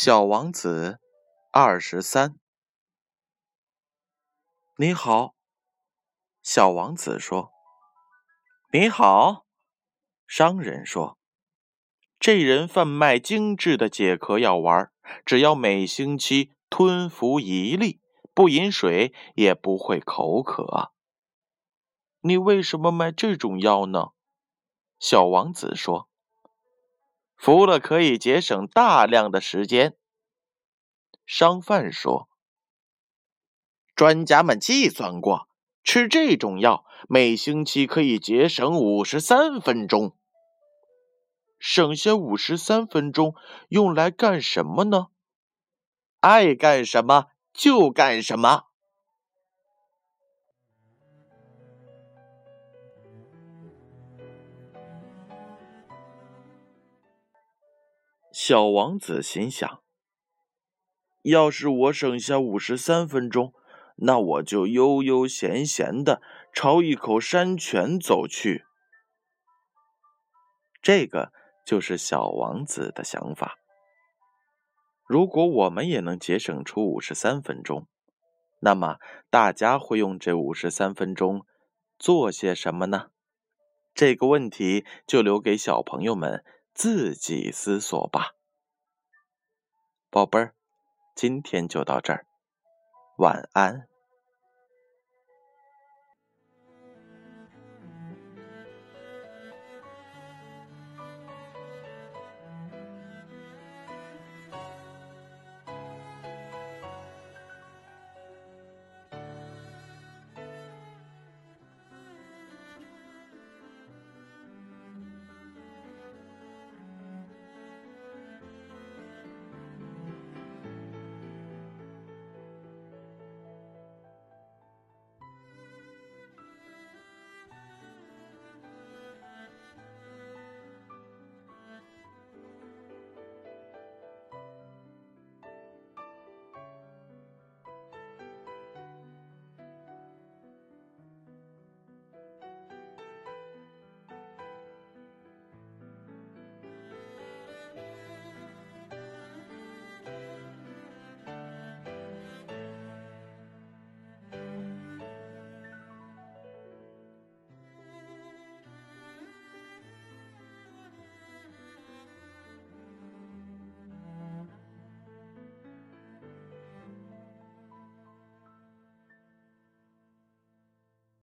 小王子23。你好，小王子说。你好，商人说。这人贩卖精致的解渴药丸，只要每星期吞服1粒，不饮水也不会口渴。你为什么卖这种药呢？小王子说。服了可以节省大量的时间。商贩说。专家们计算过，吃这种药每星期可以节省53分钟。省下53分钟用来干什么呢？爱干什么就干什么。小王子心想，要是我省下53分钟，那我就悠悠闲闲地朝一口山泉走去。这个就是小王子的想法。如果我们也能节省出53分钟，那么大家会用这53分钟做些什么呢？这个问题就留给小朋友们自己思索吧。宝贝儿，今天就到这儿，晚安。